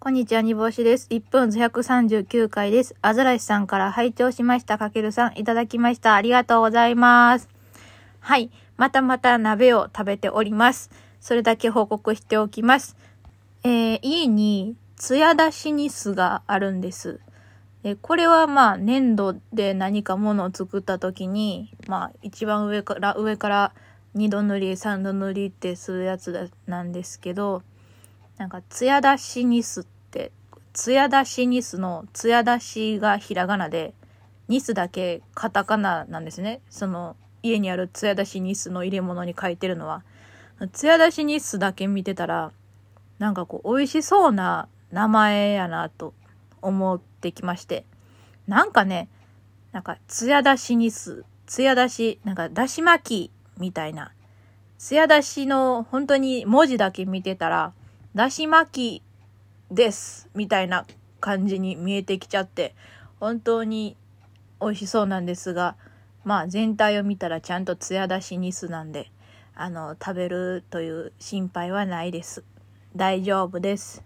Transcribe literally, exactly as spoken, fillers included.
こんにちは、煮干しです。いっぷんひゃくさんじゅうきゅうかいです。アザラシさんから拝聴しました。かけるさんいただきました。ありがとうございます。はい。またまた鍋を食べております。それだけ報告しておきます。えー、家につや出しニスがあるんです。でこれはまあ粘土で何かものを作った時に、まあ一番上から上からにど塗りさんど塗りってするやつだなんですけど、なんかつや出しニスって、つや出しニスのつや出しがひらがなで、ニスだけカタカナなんですね。その家にあるつや出しニスの入れ物に書いてるのは。つや出しニスだけ見てたら、なんかこう美味しそうな名前やなと思ってきまして。なんかね、なんかつや出しニス、つや出し、なんかだし巻きみたいな。つや出しの本当に文字だけ見てたら、だし巻きですみたいな感じに見えてきちゃって、本当に美味しそうなんですが、まあ全体を見たらちゃんとつや出しニスなんで、あの食べるという心配はないです。大丈夫です。